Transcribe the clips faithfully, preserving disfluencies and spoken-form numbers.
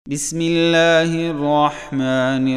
بسم الله الرحمن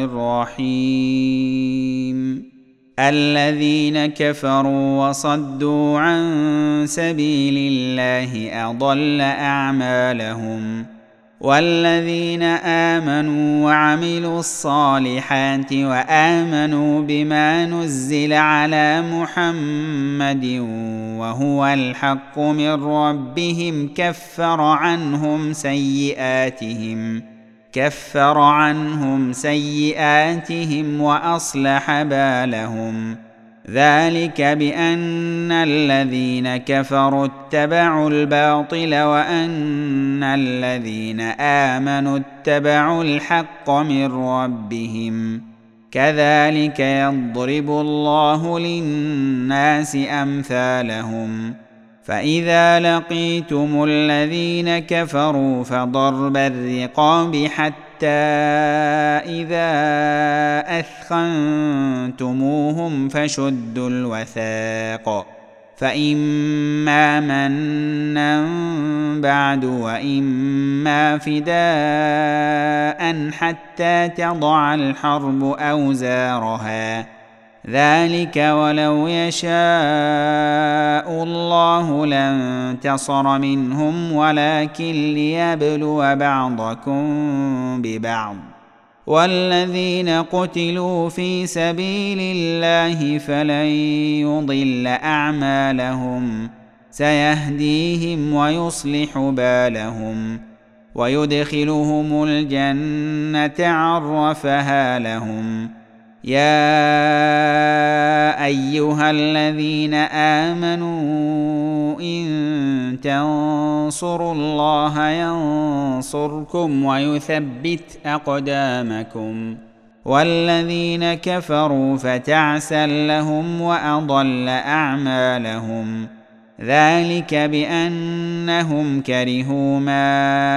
الرحيم. الذين كفروا وصدوا عن سبيل الله أضل أعمالهم، والذين آمنوا وعملوا الصالحات وآمنوا بما نزل على محمد وهو الحق من ربهم كفر عنهم سيئاتهم كفر عنهم سيئاتهم وأصلح بالهم. ذلك بأن الذين كفروا اتبعوا الباطل وأن الذين آمنوا اتبعوا الحق من ربهم. كذلك يضرب الله للناس أمثالهم. فإذا لقيتم الذين كفروا فضرب الرقاب حتى إذا أثخنتموهم فشدوا الوثاق، فإما منا بعد وإما فداء حتى تضع الحرب أوزارها. ذلك ولو يشاء الله لانتصر منهم ولكن ليبلو بعضكم ببعض. والذين قتلوا في سبيل الله فلن يضل أعمالهم، سيهديهم ويصلح بالهم ويدخلهم الجنة عرفها لهم. يا أيها الذين آمنوا إن تنصروا الله ينصركم ويثبت أقدامكم. والذين كفروا فتعسا لهم وأضل أعمالهم. ذلك بأنهم كرهوا ما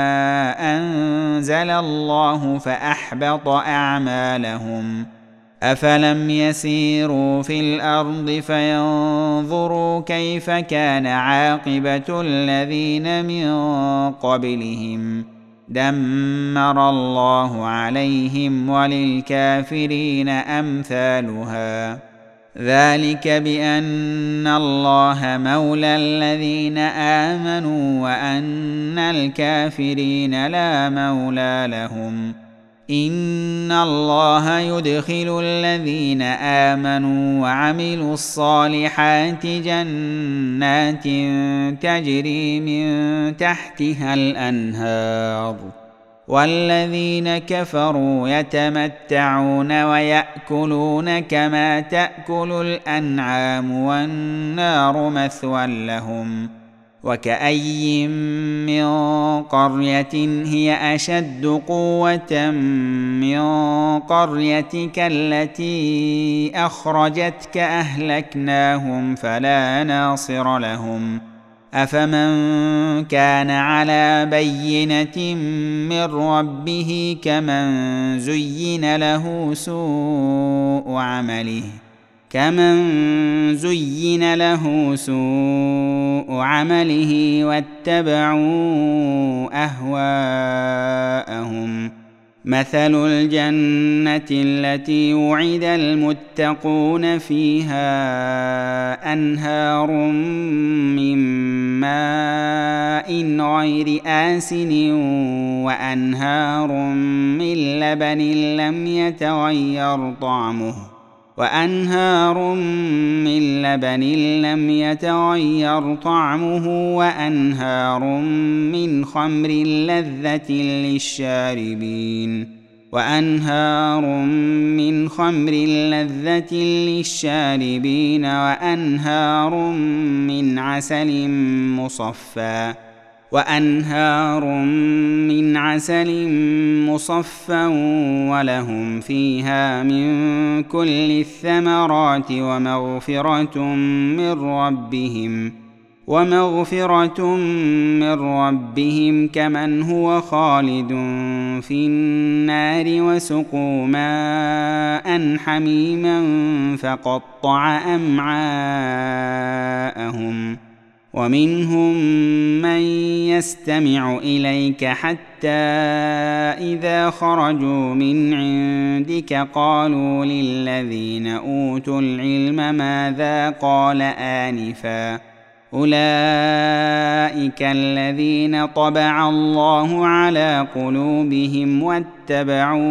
أنزل الله فأحبط أعمالهم. أفلم يسيروا في الأرض فينظروا كيف كان عاقبة الذين من قبلهم؟ دمر الله عليهم وللكافرين أمثالها. ذلك بأن الله مولى الذين آمنوا وأن الكافرين لا مولى لهم. إن الله يدخل الذين آمنوا وعملوا الصالحات جنات تجري من تحتها الأنهار، والذين كفروا يتمتعون ويأكلون كما تأكل الأنعام والنار مثوى لهم. وكأي من قرية هي أشد قوة من قريتك التي أخرجتك أهلكناهم فلا ناصر لهم. أفمن كان على بينة من ربه كمن زين له سوء عمله كمن زين له سوء عمله واتبعوا أهواءهم. مثل الجنة التي وعد المتقون فيها أنهار من ماء غير آسن وأنهار من لبن لم يتغير طعمه وأنهار من لبن لم يتغير طعمه وأنهار من خمر لذة للشاربين وأنهار من خمر لذة للشاربين وأنهار من عسل مصفى وأنهار من عسل مصفى ولهم فيها من كل الثمرات ومغفرة من ربهم ومغفرة من ربهم كمن هو خالد في النار وسقوا ماء حميما فقطع أمعاءهم. ومنهم من يستمع إليك حتى إذا خرجوا من عندك قالوا للذين أوتوا العلم ماذا قال آنفا أولئك الذين طبع الله على قلوبهم واتبعوا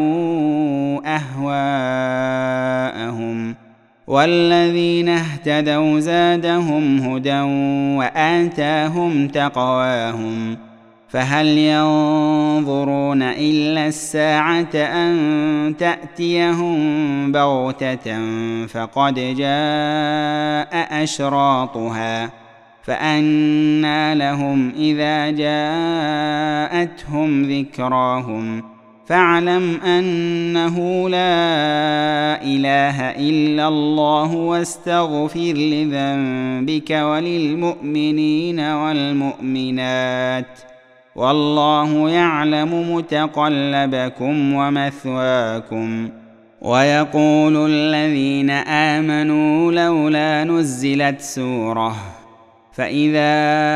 أهواءهم والذين اهتدوا زادهم هدى وآتاهم تقواهم فهل ينظرون إلا الساعة أن تأتيهم بغتة فقد جاء أشراطها فأنى لهم إذا جاءتهم ذكراهم فاعلم أنه لا إله إلا الله واستغفر لذنبك وللمؤمنين والمؤمنات والله يعلم متقلبكم ومثواكم. ويقول الذين آمنوا لولا نزلت سورة فإذا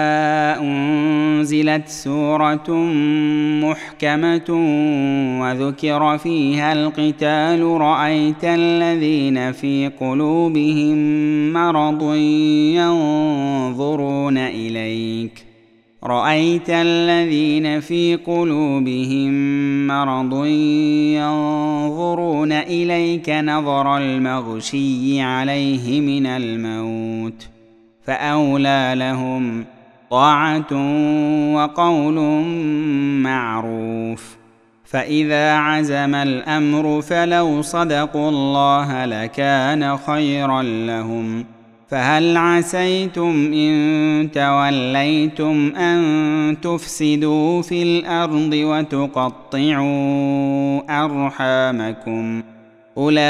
أنزلت سورة محكمة وذكر فيها القتال رأيت الذين في قلوبهم مرض ينظرون إليك رأيت الذين في قلوبهم مرض ينظرون إليك نظر المغشي عليه من الموت فأولى لهم طاعة وقول معروف. فإذا عزم الأمر فلو صدقوا الله لكان خيرا لهم فهل عسيتم إن توليتم أن تفسدوا في الأرض وتقطعوا أرحامكم أولئك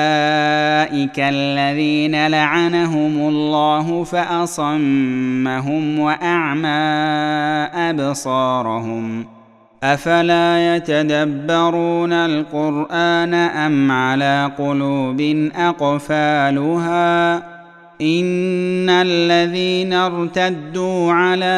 الذين لعنهم الله فأصمهم وأعمى أبصارهم أفلا يتدبرون القرآن أم على قلوب أقفالها إن الذين ارتدوا على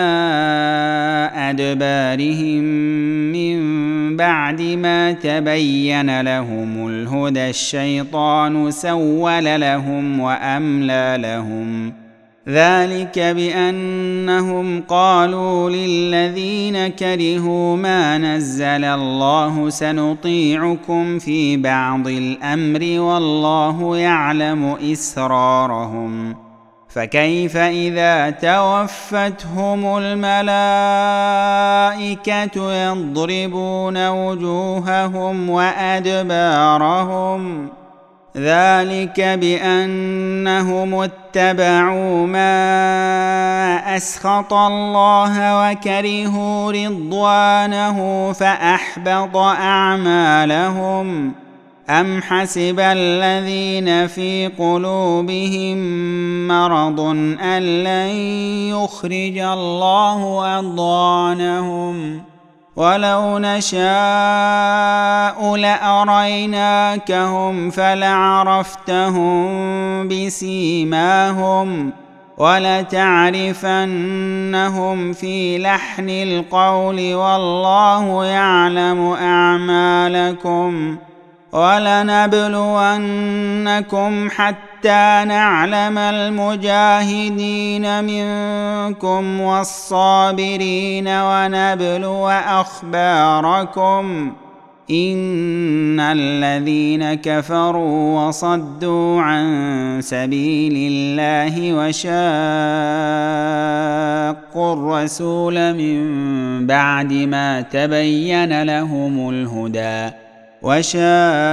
أدبارهم من بعد ما تبين لهم الهدى الشيطان سول لهم وأملى لهم ذلك بأنهم قالوا للذين كرهوا ما نزل الله سنطيعكم في بعض الأمر والله يعلم إسرارهم فكيف إذا توفتهم الملائكة يضربون وجوههم وأدبارهم ذلك بأنهم اتبعوا ما أسخط الله وكرهوا رضوانه فأحبط أعمالهم أم حسب الذين في قلوبهم مرض أن لن يخرج الله أضغانهم ولو نشاء لأريناكهم فلعرفتهم بسيماهم ولتعرفنهم في لحن القول والله يعلم أعمالكم ولنبلونكم حتى نعلم المجاهدين منكم والصابرين ونبلو أخباركم إن الذين كفروا وصدوا عن سبيل الله وشاقوا الرسول من بعد ما تبين لهم الهدى وشاقوا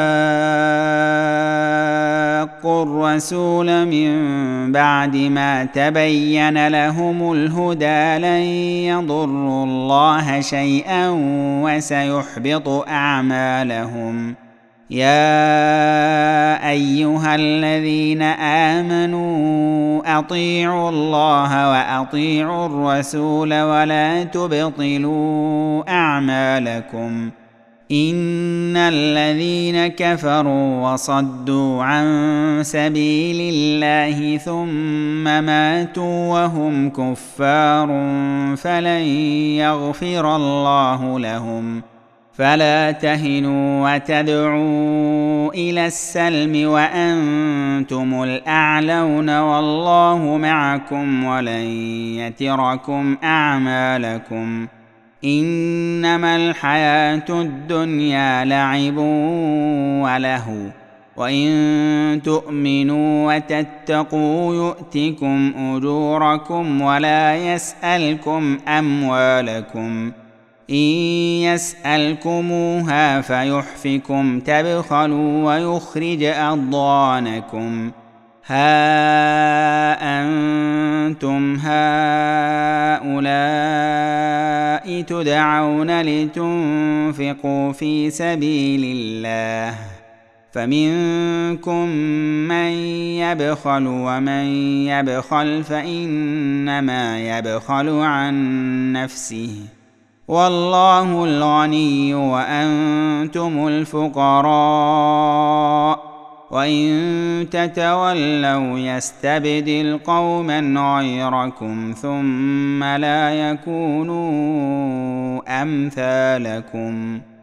الرسول من بعد ما تبين لهم الهدى لن يضروا الله شيئا وسيحبط أعمالهم يا أيها الذين آمنوا أطيعوا الله وأطيعوا الرسول ولا تبطلوا أعمالكم إن الذين كفروا وصدوا عن سبيل الله ثم ماتوا وهم كفار فلن يغفر الله لهم. فلا تهنوا وتدعوا إلى السلم وأنتم الأعلون والله معكم ولن يتركم أعمالكم. إنما الحياة الدنيا لعب ولهو وإن تؤمنوا وتتقوا يؤتكم أجوركم ولا يسألكم أموالكم. إن يسألكموها فيحفكم تبخلوا ويخرج أضغانكم. ها أنتم هؤلاء تدعون لتنفقوا في سبيل الله فمنكم من يبخل ومن يبخل فإنما يبخل عن نفسه والله الغني وأنتم الفقراء وإن تتولوا يستبدل قوما غيركم ثم لا يكونوا أمثالكم.